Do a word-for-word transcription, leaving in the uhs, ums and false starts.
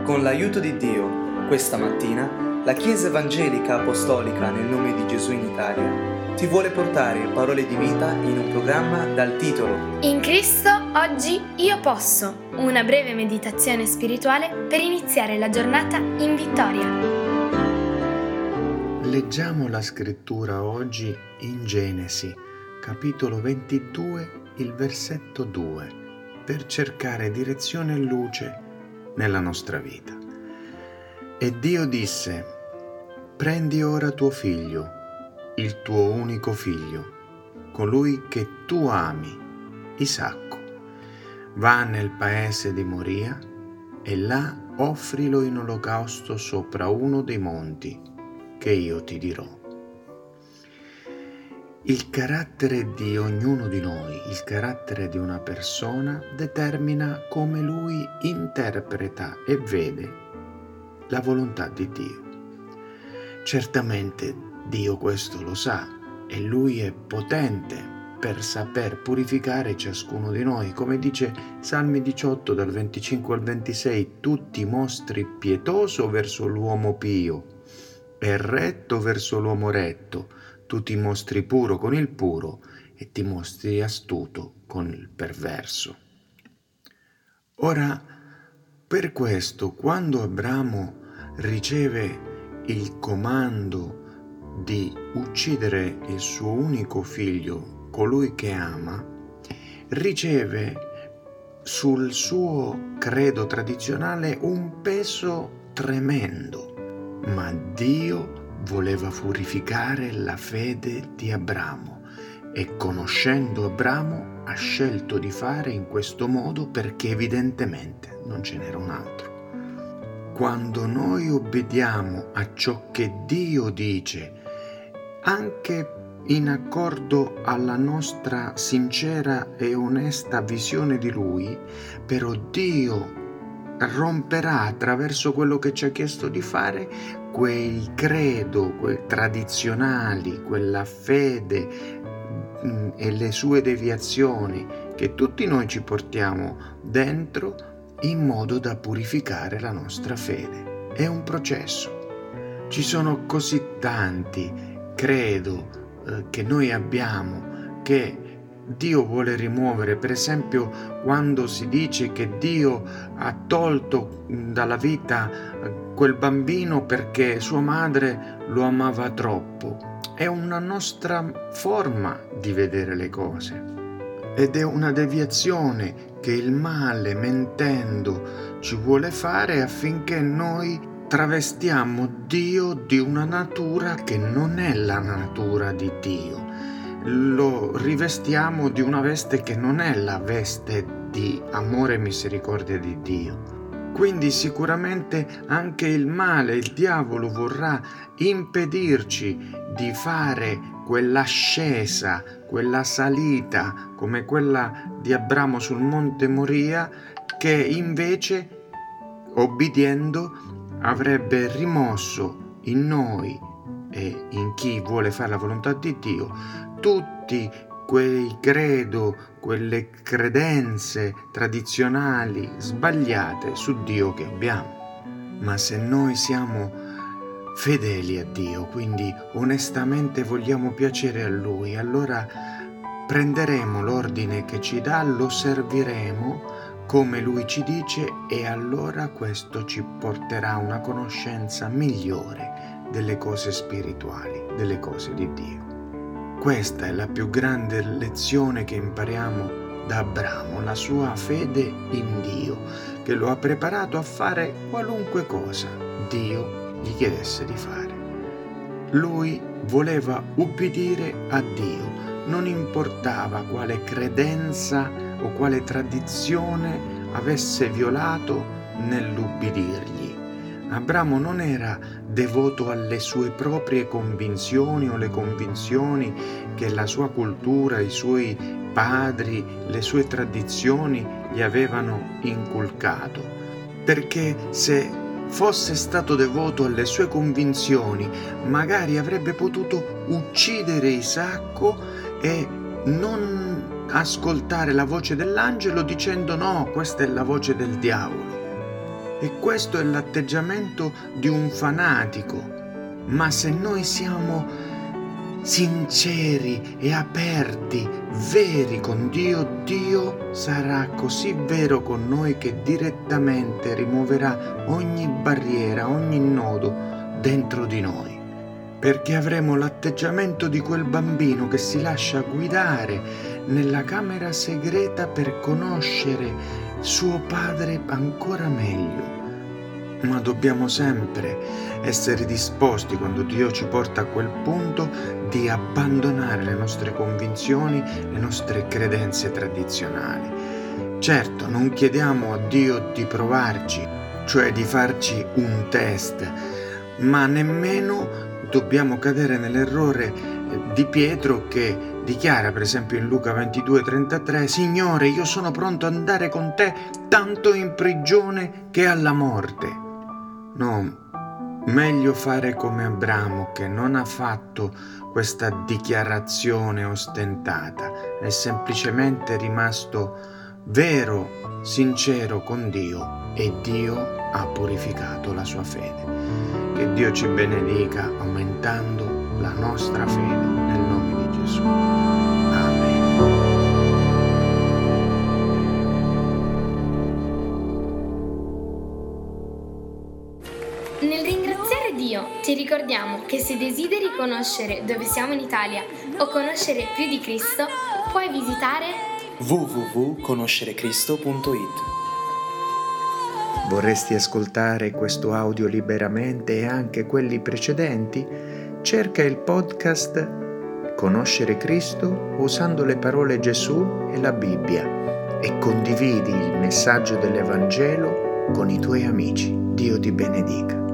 Con l'aiuto di Dio, questa mattina, la Chiesa Evangelica Apostolica nel nome di Gesù in Italia ti vuole portare parole di vita in un programma dal titolo In Cristo oggi io posso, una breve meditazione spirituale per iniziare la giornata in vittoria. Leggiamo la scrittura oggi in Genesi, capitolo ventidue, il versetto due, per cercare direzione e luce nella nostra vita. E Dio disse: prendi ora tuo figlio, il tuo unico figlio, colui che tu ami, Isacco, va nel paese di Moria e là offrilo in olocausto sopra uno dei monti che io ti dirò. Il carattere di ognuno di noi, il carattere di una persona, determina come lui interpreta e vede la volontà di Dio. Certamente Dio questo lo sa e Lui è potente per saper purificare ciascuno di noi. Come dice Salmi diciotto dal venticinque al ventisei: tu ti mostri pietoso verso l'uomo pio e retto verso l'uomo retto. Tu ti mostri puro con il puro e ti mostri astuto con il perverso. Ora, per questo, quando Abramo riceve il comando di uccidere il suo unico figlio, colui che ama, riceve sul suo credo tradizionale un peso tremendo, ma Dio voleva purificare la fede di Abramo e, conoscendo Abramo, ha scelto di fare in questo modo perché evidentemente non ce n'era un altro. Quando noi obbediamo a ciò che Dio dice, anche in accordo alla nostra sincera e onesta visione di Lui, però Dio romperà attraverso quello che ci ha chiesto di fare quei credo, quei tradizionali, quella fede mh, e le sue deviazioni che tutti noi ci portiamo dentro, in modo da purificare la nostra fede. È un processo. Ci sono così tanti credo eh, che noi abbiamo che Dio vuole rimuovere. Per esempio, quando si dice che Dio ha tolto dalla vita quel bambino perché sua madre lo amava troppo, è una nostra forma di vedere le cose ed è una deviazione che il male, mentendo, ci vuole fare affinché noi travestiamo Dio di una natura che non è la natura di Dio. Lo rivestiamo di una veste che non è la veste di amore e misericordia di Dio. Quindi sicuramente anche il male, il diavolo vorrà impedirci di fare quell'ascesa, quella salita come quella di Abramo sul monte Moria, che invece, obbediendo, avrebbe rimosso in noi e in chi vuole fare la volontà di Dio tutti quei credo, quelle credenze tradizionali sbagliate su Dio che abbiamo. Ma se noi siamo fedeli a Dio, quindi onestamente vogliamo piacere a Lui, allora prenderemo l'ordine che ci dà, lo serviremo come Lui ci dice e allora questo ci porterà a una conoscenza migliore delle cose spirituali, delle cose di Dio. Questa è la più grande lezione che impariamo da Abramo, la sua fede in Dio, che lo ha preparato a fare qualunque cosa Dio gli chiedesse di fare. Lui voleva ubbidire a Dio, non importava quale credenza o quale tradizione avesse violato nell'ubbidirgli. Abramo non era devoto alle sue proprie convinzioni o le convinzioni che la sua cultura, i suoi padri, le sue tradizioni gli avevano inculcato, perché se fosse stato devoto alle sue convinzioni, magari avrebbe potuto uccidere Isacco e non ascoltare la voce dell'angelo dicendo no, questa è la voce del diavolo. E questo è l'atteggiamento di un fanatico. Ma se noi siamo sinceri e aperti, veri con Dio, Dio sarà così vero con noi che direttamente rimuoverà ogni barriera, ogni nodo dentro di noi, perché avremo l'atteggiamento di quel bambino che si lascia guidare nella camera segreta per conoscere suo padre ancora meglio. Ma dobbiamo sempre essere disposti, quando Dio ci porta a quel punto, di abbandonare le nostre convinzioni, le nostre credenze tradizionali. Certo, non chiediamo a Dio di provarci, cioè di farci un test, ma nemmeno dobbiamo cadere nell'errore di Pietro che dichiara, per esempio in Luca ventidue trentatré: Signore, io sono pronto ad andare con te tanto in prigione che alla morte. No, meglio fare come Abramo, che non ha fatto questa dichiarazione ostentata, è semplicemente rimasto vero, sincero con Dio, e Dio ha purificato la sua fede. Che Dio ci benedica aumentando la nostra fede nel nome di Gesù. Amen. Nel ringraziare Dio ti ricordiamo che se desideri conoscere dove siamo in Italia o conoscere più di Cristo, puoi visitare w w w punto conoscere cristo punto i t. Vorresti ascoltare questo audio liberamente e anche quelli precedenti? Cerca il podcast Conoscere Cristo usando le parole Gesù e la Bibbia e condividi il messaggio dell'Evangelo con i tuoi amici. Dio ti benedica.